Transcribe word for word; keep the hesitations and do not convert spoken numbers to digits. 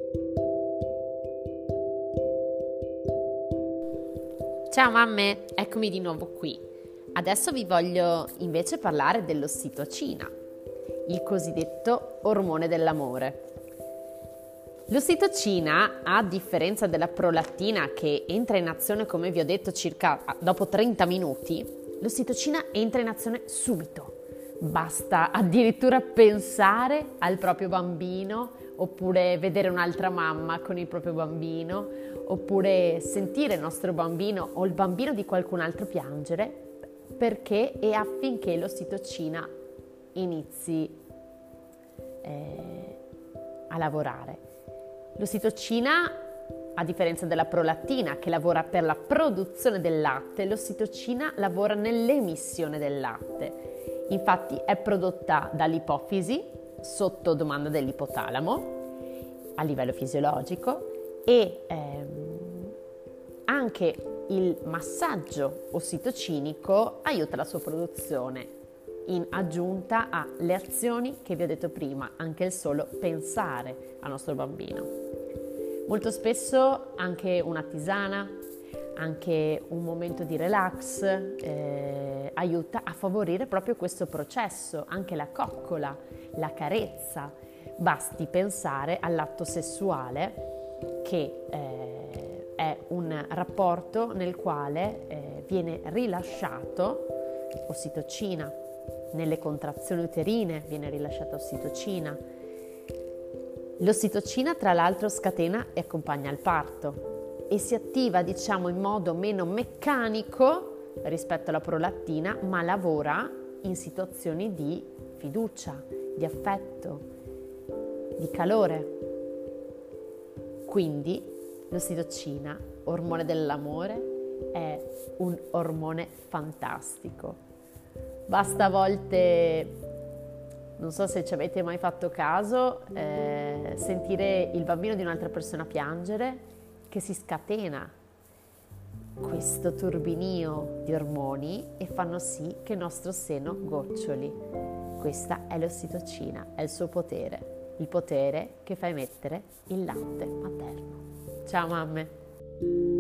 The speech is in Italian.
Ciao mamme, eccomi di nuovo qui. Adesso vi voglio invece parlare dell'ossitocina, il cosiddetto ormone dell'amore. L'ossitocina, a differenza della prolattina che entra in azione, come vi ho detto, circa dopo trenta minuti, l'ossitocina entra in azione subito. Basta addirittura pensare al proprio bambino, oppure vedere un'altra mamma con il proprio bambino, oppure sentire il nostro bambino o il bambino di qualcun altro piangere, perché e affinché l'ossitocina inizi eh, a lavorare. L'ossitocina, a differenza della prolattina che lavora per la produzione del latte, l'ossitocina lavora nell'emissione del latte. Infatti è prodotta dall'ipofisi sotto domanda dell'ipotalamo a livello fisiologico e ehm, anche il massaggio ossitocinico aiuta la sua produzione in aggiunta alle azioni che vi ho detto prima, anche il solo pensare al nostro bambino. Molto spesso anche una tisana, anche un momento di relax eh, aiuta a favorire proprio questo processo, anche la coccola, la carezza. Basti pensare all'atto sessuale che eh, è un rapporto nel quale eh, viene rilasciato ossitocina, nelle contrazioni uterine viene rilasciata ossitocina. L'ossitocina tra l'altro scatena e accompagna il parto e si attiva, diciamo, in modo meno meccanico rispetto alla prolattina, ma lavora in situazioni di fiducia, di affetto, di calore. Quindi l'ossitocina, ormone dell'amore, è un ormone fantastico. Basta a volte, non so se ci avete mai fatto caso, eh, sentire il bambino di un'altra persona piangere, che si scatena questo turbinio di ormoni e fanno sì che il nostro seno goccioli. Questa è l'ossitocina, è il suo potere, il potere che fa emettere il latte materno. Ciao mamme!